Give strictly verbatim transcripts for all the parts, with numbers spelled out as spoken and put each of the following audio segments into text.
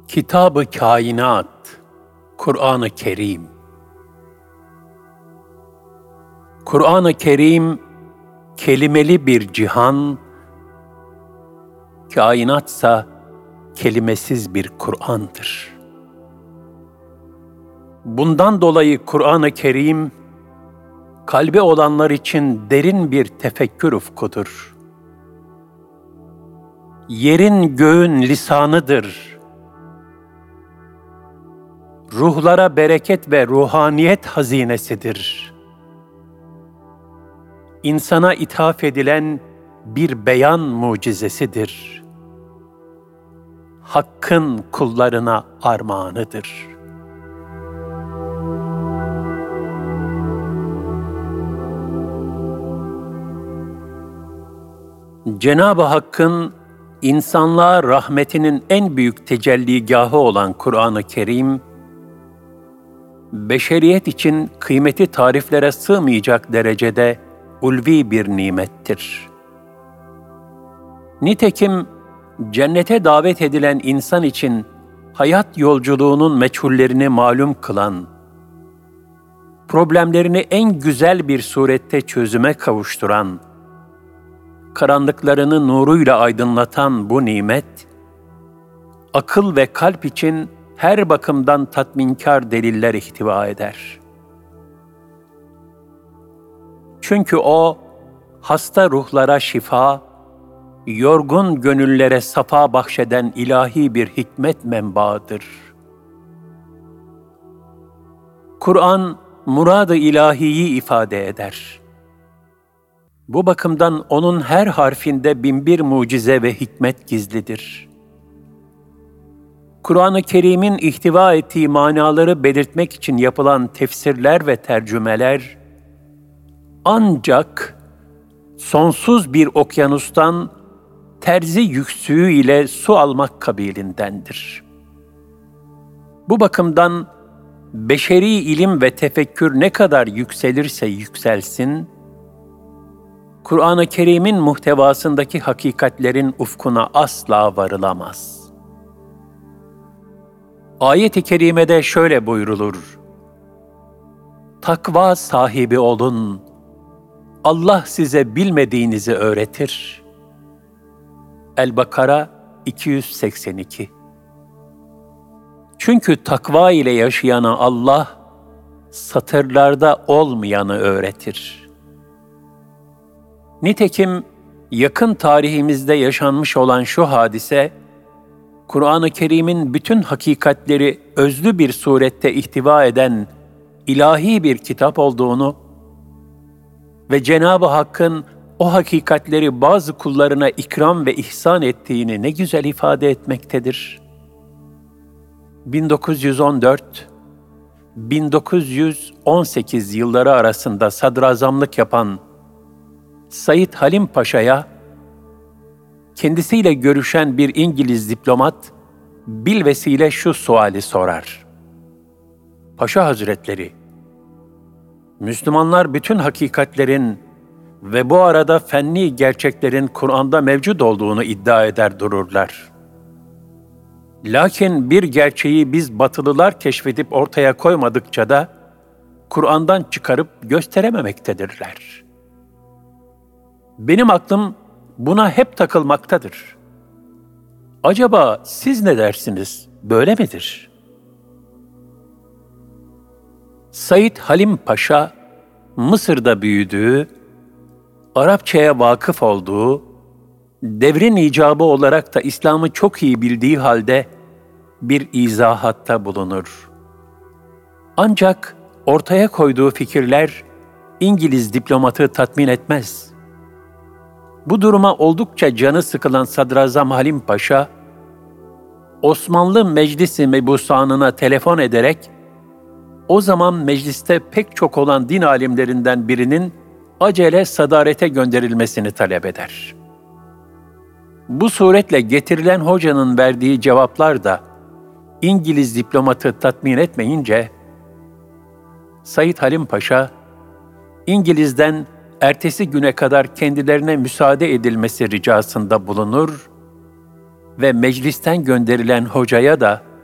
Kitab-ı Kainat, Kur'an-ı Kerim. Kur'an-ı Kerim, kelimeli bir cihan, kainatsa kelimesiz bir Kur'an'dır. Bundan dolayı Kur'an-ı Kerim, kalbi olanlar için derin bir tefekkür ufkudur. Yerin göğün lisanıdır. Ruhlara bereket ve ruhaniyet hazinesidir. İnsana ithaf edilen bir beyan mucizesidir. Hakk'ın kullarına armağanıdır. Cenab-ı Hakk'ın insanlığa rahmetinin en büyük tecelligahı olan Kur'an-ı Kerim, beşeriyet için kıymeti tariflere sığmayacak derecede ulvi bir nimettir. Nitekim cennete davet edilen insan için hayat yolculuğunun meçhullerini malum kılan, problemlerini en güzel bir surette çözüme kavuşturan, karanlıklarını nuruyla aydınlatan bu nimet, akıl ve kalp için her bakımdan tatminkar deliller ihtiva eder. Çünkü o, hasta ruhlara şifa, yorgun gönüllere safa bahşeden ilahi bir hikmet menbaıdır. Kur'an, murad-ı ilahiyi ifade eder. Bu bakımdan onun her harfinde binbir mucize ve hikmet gizlidir. Kur'an-ı Kerim'in ihtiva ettiği manaları belirtmek için yapılan tefsirler ve tercümeler, ancak sonsuz bir okyanustan terzi yüksüğü ile su almak kabilindendir. Bu bakımdan beşeri ilim ve tefekkür ne kadar yükselirse yükselsin, Kur'an-ı Kerim'in muhtevasındaki hakikatlerin ufkuna asla varılamaz. Ayet-i kerimede şöyle buyrulur: Takva sahibi olun, Allah size bilmediğinizi öğretir. El-Bakara iki yüz seksen iki. Çünkü takva ile yaşayana Allah, satırlarda olmayanı öğretir. Nitekim yakın tarihimizde yaşanmış olan şu hadise, Kur'an-ı Kerim'in bütün hakikatleri özlü bir surette ihtiva eden ilahi bir kitap olduğunu ve Cenab-ı Hakk'ın o hakikatleri bazı kullarına ikram ve ihsan ettiğini ne güzel ifade etmektedir. bin dokuz yüz on dört - bin dokuz yüz on sekiz yılları arasında sadrazamlık yapan Said Halim Paşa'ya, kendisiyle görüşen bir İngiliz diplomat bilvesile şu suali sorar: Paşa Hazretleri, Müslümanlar bütün hakikatlerin ve bu arada fenni gerçeklerin Kur'an'da mevcut olduğunu iddia eder dururlar. Lakin bir gerçeği biz Batılılar keşfedip ortaya koymadıkça da Kur'an'dan çıkarıp gösterememektedirler. Benim aklım buna hep takılmaktadır. Acaba siz ne dersiniz? Böyle midir? Said Halim Paşa, Mısır'da büyüdüğü, Arapçaya vakıf olduğu, devrin icabı olarak da İslam'ı çok iyi bildiği halde bir izahatta bulunur. Ancak ortaya koyduğu fikirler İngiliz diplomatı tatmin etmez. Bu duruma oldukça canı sıkılan Sadrazam Halim Paşa, Osmanlı Meclis-i Mebusanı'na telefon ederek, o zaman mecliste pek çok olan din alimlerinden birinin acele sadarete gönderilmesini talep eder. Bu suretle getirilen hocanın verdiği cevaplar da İngiliz diplomatı tatmin etmeyince, Said Halim Paşa, İngiliz'den ertesi güne kadar kendilerine müsaade edilmesi ricasında bulunur ve meclisten gönderilen hocaya da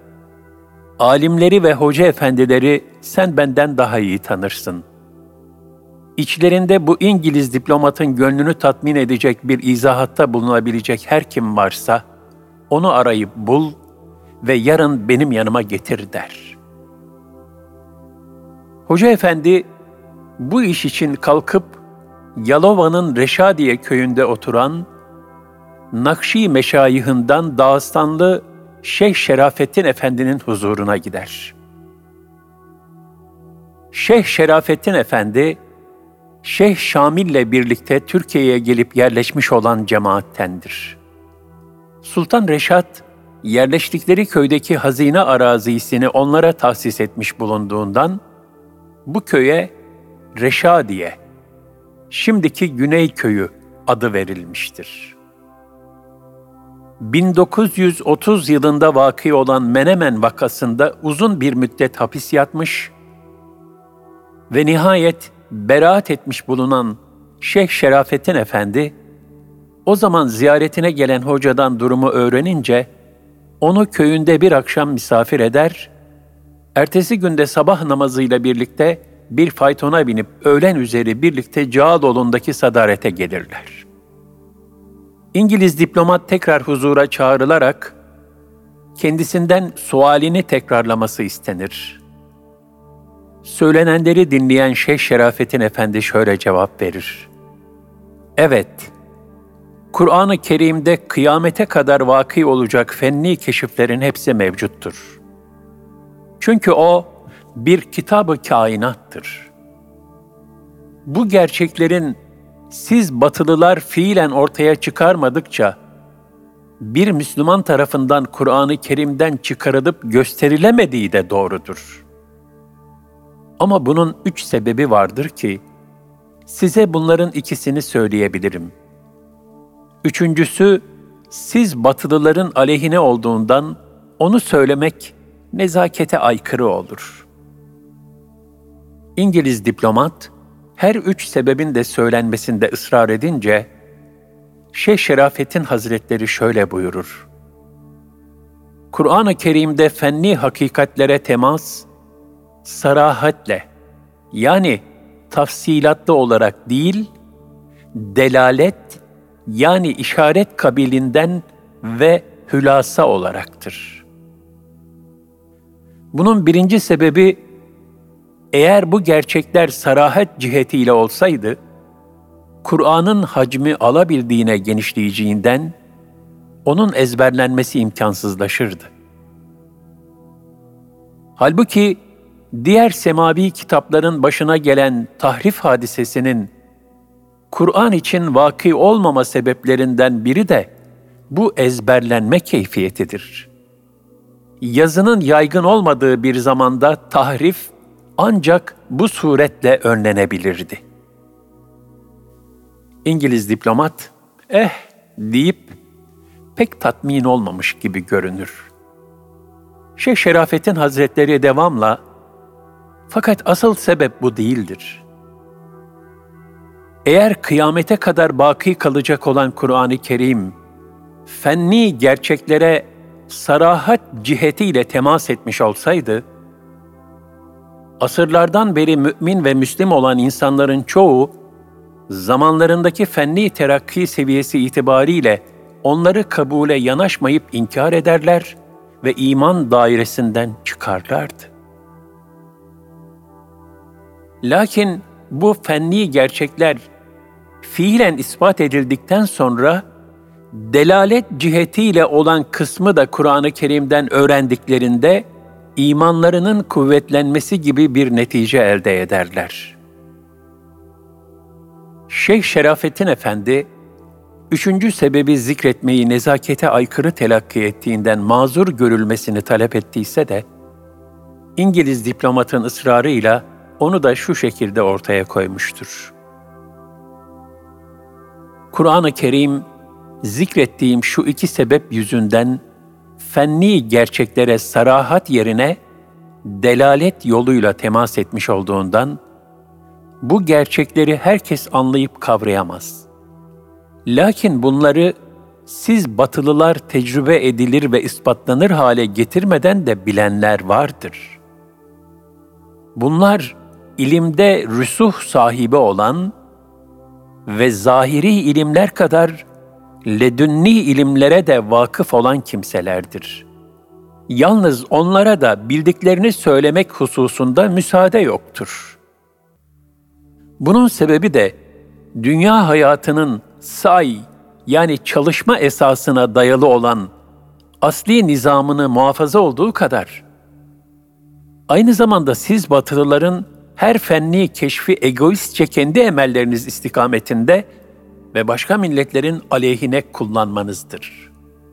alimleri ve hoca efendileri sen benden daha iyi tanırsın. İçlerinde bu İngiliz diplomatın gönlünü tatmin edecek bir izahatta bulunabilecek her kim varsa, onu arayıp bul ve yarın benim yanıma getir der. Hoca efendi, bu iş için kalkıp Yalova'nın Reşadiye köyünde oturan Nakşi meşayihından Dağıstanlı Şeyh Şerafettin Efendi'nin huzuruna gider. Şeyh Şerafettin Efendi, Şeyh Şamil'le birlikte Türkiye'ye gelip yerleşmiş olan cemaattendir. Sultan Reşat, yerleştikleri köydeki hazine arazisini onlara tahsis etmiş bulunduğundan, bu köye Reşadiye, şimdiki Güney Köyü adı verilmiştir. bin dokuz yüz otuz yılında vaki olan Menemen vakasında uzun bir müddet hapis yatmış ve nihayet beraat etmiş bulunan Şeyh Şerafettin Efendi, o zaman ziyaretine gelen hocadan durumu öğrenince, onu köyünde bir akşam misafir eder, ertesi günde sabah namazıyla birlikte bir faytona binip öğlen üzeri birlikte Cağaloğlu'ndaki sadarete gelirler. İngiliz diplomat tekrar huzura çağrılarak, kendisinden sualini tekrarlaması istenir. Söylenenleri dinleyen Şeyh Şerafettin Efendi şöyle cevap verir. Evet, Kur'an-ı Kerim'de kıyamete kadar vaki olacak fenni keşiflerin hepsi mevcuttur. Çünkü o bir kitab-ı kainattır. Bu gerçeklerin siz batılılar fiilen ortaya çıkarmadıkça, bir Müslüman tarafından Kur'an-ı Kerim'den çıkarılıp gösterilemediği de doğrudur. Ama bunun üç sebebi vardır ki, size bunların ikisini söyleyebilirim. Üçüncüsü, siz batılıların aleyhine olduğundan onu söylemek nezakete aykırı olur. İngiliz diplomat, her üç sebebin de söylenmesinde ısrar edince, Şeyh Şerafettin Hazretleri şöyle buyurur. Kur'an-ı Kerim'de fenni hakikatlere temas, sarahatle, yani tafsilatlı olarak değil, delalet, yani işaret kabilinden ve hülasa olaraktır. Bunun birinci sebebi, eğer bu gerçekler sarahat cihetiyle olsaydı, Kur'an'ın hacmi alabildiğine genişleyeceğinden, onun ezberlenmesi imkansızlaşırdı. Halbuki, diğer semavi kitapların başına gelen tahrif hadisesinin, Kur'an için vaki olmama sebeplerinden biri de bu ezberlenme keyfiyetidir. Yazının yaygın olmadığı bir zamanda tahrif ancak bu suretle önlenebilirdi. İngiliz diplomat, eh deyip pek tatmin olmamış gibi görünür. Şeyh Şerafettin Hazretleri devamla, fakat asıl sebep bu değildir. Eğer kıyamete kadar baki kalacak olan Kur'an-ı Kerim, fenni gerçeklere sarahat cihetiyle temas etmiş olsaydı, asırlardan beri mümin ve Müslim olan insanların çoğu, zamanlarındaki fenni terakki seviyesi itibariyle onları kabule yanaşmayıp inkar ederler ve iman dairesinden çıkarlardı. Lakin bu fenni gerçekler fiilen ispat edildikten sonra, delalet cihetiyle olan kısmı da Kur'an-ı Kerim'den öğrendiklerinde, imanlarının kuvvetlenmesi gibi bir netice elde ederler. Şeyh Şerafettin Efendi, üçüncü sebebi zikretmeyi nezakete aykırı telakki ettiğinden mazur görülmesini talep ettiyse de, İngiliz diplomatın ısrarıyla onu da şu şekilde ortaya koymuştur. Kur'an-ı Kerim, zikrettiğim şu iki sebep yüzünden, fenni gerçeklere sarahat yerine delalet yoluyla temas etmiş olduğundan, bu gerçekleri herkes anlayıp kavrayamaz. Lakin bunları siz batılılar tecrübe edilir ve ispatlanır hale getirmeden de bilenler vardır. Bunlar ilimde rüsuh sahibi olan ve zahiri ilimler kadar ledünni ilimlere de vakıf olan kimselerdir. Yalnız onlara da bildiklerini söylemek hususunda müsaade yoktur. Bunun sebebi de dünya hayatının say, yani çalışma esasına dayalı olan asli nizamını muhafaza olduğu kadar, aynı zamanda siz Batılıların her fenni keşfi egoistçe kendi emelleriniz istikametinde ve başka milletlerin aleyhine kullanmanızdır.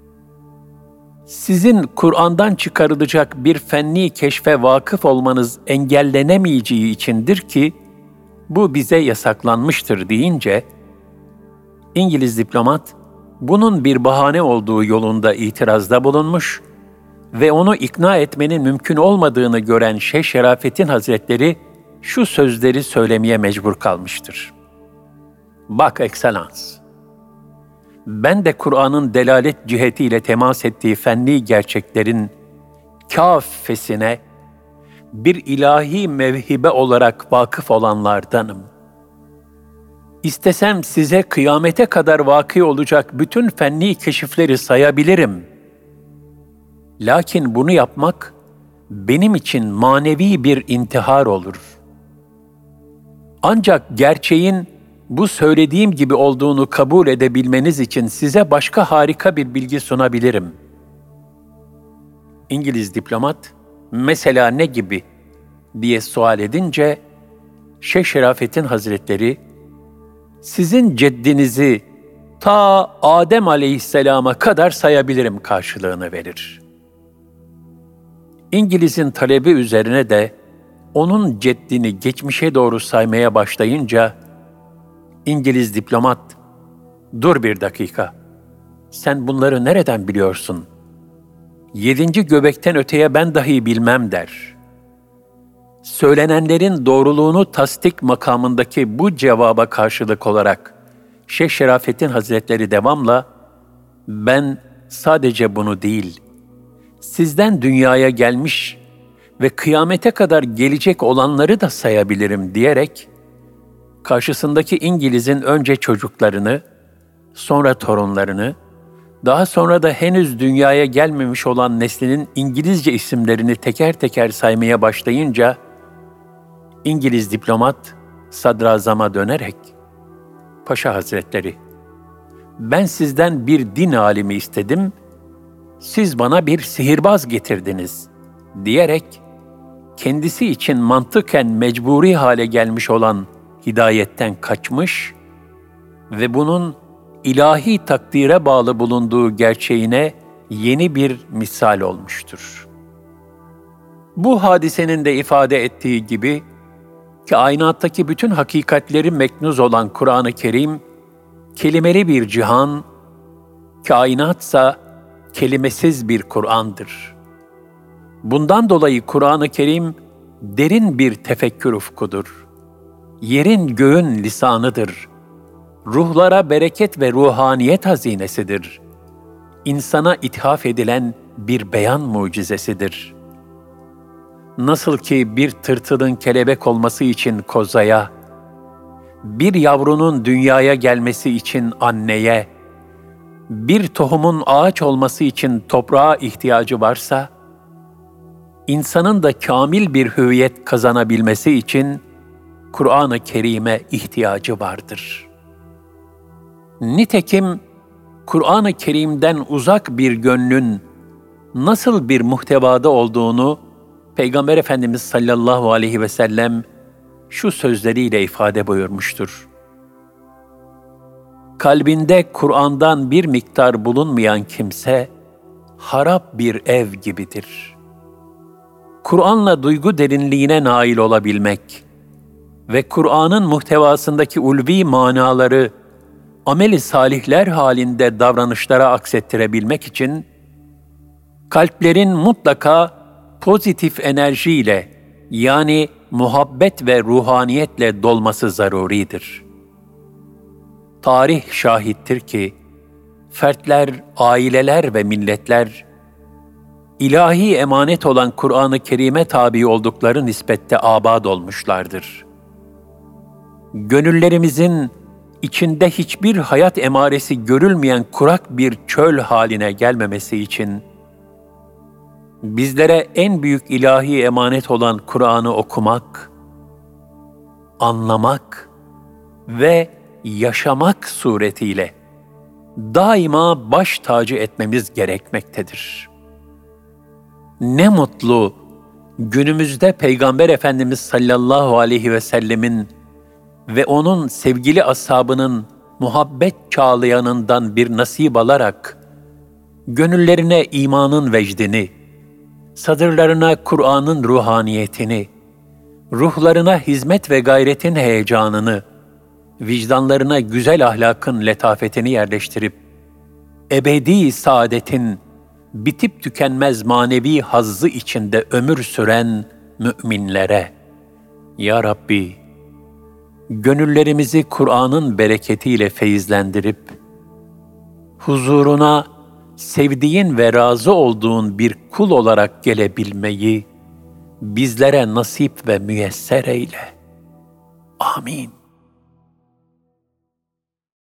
Sizin Kur'an'dan çıkarılacak bir fenni keşfe vakıf olmanız engellenemeyeceği içindir ki, bu bize yasaklanmıştır deyince, İngiliz diplomat, bunun bir bahane olduğu yolunda itirazda bulunmuş ve onu ikna etmenin mümkün olmadığını gören Şeyh Şerafettin Hazretleri şu sözleri söylemeye mecbur kalmıştır. Bak Ekselans, ben de Kur'an'ın delalet cihetiyle temas ettiği fenni gerçeklerin kâffesine bir ilahi mevhibe olarak vakıf olanlardanım. İstesem size kıyamete kadar vaki olacak bütün fenni keşifleri sayabilirim. Lakin bunu yapmak benim için manevi bir intihar olur. Ancak gerçeğin bu söylediğim gibi olduğunu kabul edebilmeniz için size başka harika bir bilgi sunabilirim. İngiliz diplomat, mesela ne gibi diye sual edince, Şeyh Şerafettin Hazretleri, sizin ceddinizi ta Adem Aleyhisselam'a kadar sayabilirim karşılığını verir. İngiliz'in talebi üzerine de onun ceddini geçmişe doğru saymaya başlayınca, İngiliz diplomat, ''Dur bir dakika, sen bunları nereden biliyorsun? Yedinci göbekten öteye ben dahi bilmem.'' der. Söylenenlerin doğruluğunu tasdik makamındaki bu cevaba karşılık olarak Şeyh Şerafettin Hazretleri devamla, ''Ben sadece bunu değil, sizden dünyaya gelmiş ve kıyamete kadar gelecek olanları da sayabilirim.'' diyerek, karşısındaki İngiliz'in önce çocuklarını, sonra torunlarını, daha sonra da henüz dünyaya gelmemiş olan neslinin İngilizce isimlerini teker teker saymaya başlayınca, İngiliz diplomat sadrazama dönerek, ''Paşa Hazretleri, ben sizden bir din alimi istedim, siz bana bir sihirbaz getirdiniz.'' diyerek, kendisi için mantıken mecburi hale gelmiş olan hidayetten kaçmış ve bunun ilahi takdire bağlı bulunduğu gerçeğine yeni bir misal olmuştur. Bu hadisenin de ifade ettiği gibi, kainattaki bütün hakikatleri meknuz olan Kur'an-ı Kerim, kelimeli bir cihan, kainatsa kelimesiz bir Kur'an'dır. Bundan dolayı Kur'an-ı Kerim derin bir tefekkür ufkudur. Yerin göğün lisanıdır. Ruhlara bereket ve ruhaniyet hazinesidir. İnsana ithaf edilen bir beyan mucizesidir. Nasıl ki bir tırtılın kelebek olması için kozaya, bir yavrunun dünyaya gelmesi için anneye, bir tohumun ağaç olması için toprağa ihtiyacı varsa, insanın da kamil bir hüviyet kazanabilmesi için Kur'an-ı Kerim'e ihtiyacı vardır. Nitekim Kur'an-ı Kerim'den uzak bir gönlün nasıl bir muhtevada olduğunu Peygamber Efendimiz sallallahu aleyhi ve sellem şu sözleriyle ifade buyurmuştur. Kalbinde Kur'an'dan bir miktar bulunmayan kimse, harap bir ev gibidir. Kur'an'la duygu derinliğine nail olabilmek ve Kur'an'ın muhtevasındaki ulvi manaları amel-i salihler halinde davranışlara aksettirebilmek için, kalplerin mutlaka pozitif enerjiyle, yani muhabbet ve ruhaniyetle dolması zaruridir. Tarih şahittir ki, fertler, aileler ve milletler, ilahi emanet olan Kur'an-ı Kerim'e tabi oldukları nispette abad olmuşlardır. Gönüllerimizin içinde hiçbir hayat emaresi görülmeyen kurak bir çöl haline gelmemesi için, bizlere en büyük ilahi emanet olan Kur'an'ı okumak, anlamak ve yaşamak suretiyle daima baş tacı etmemiz gerekmektedir. Ne mutlu günümüzde Peygamber Efendimiz sallallahu aleyhi ve sellemin ve onun sevgili ashabının muhabbet çağlayanından bir nasip alarak gönüllerine imanın vecdini, sadırlarına Kur'an'ın ruhaniyetini, ruhlarına hizmet ve gayretin heyecanını, vicdanlarına güzel ahlakın letafetini yerleştirip, ebedi saadetin bitip tükenmez manevi hazzı içinde ömür süren müminlere, Ya Rabbi, gönüllerimizi Kur'an'ın bereketiyle feyizlendirip, huzuruna sevdiğin ve razı olduğun bir kul olarak gelebilmeyi bizlere nasip ve müyesser eyle. Amin.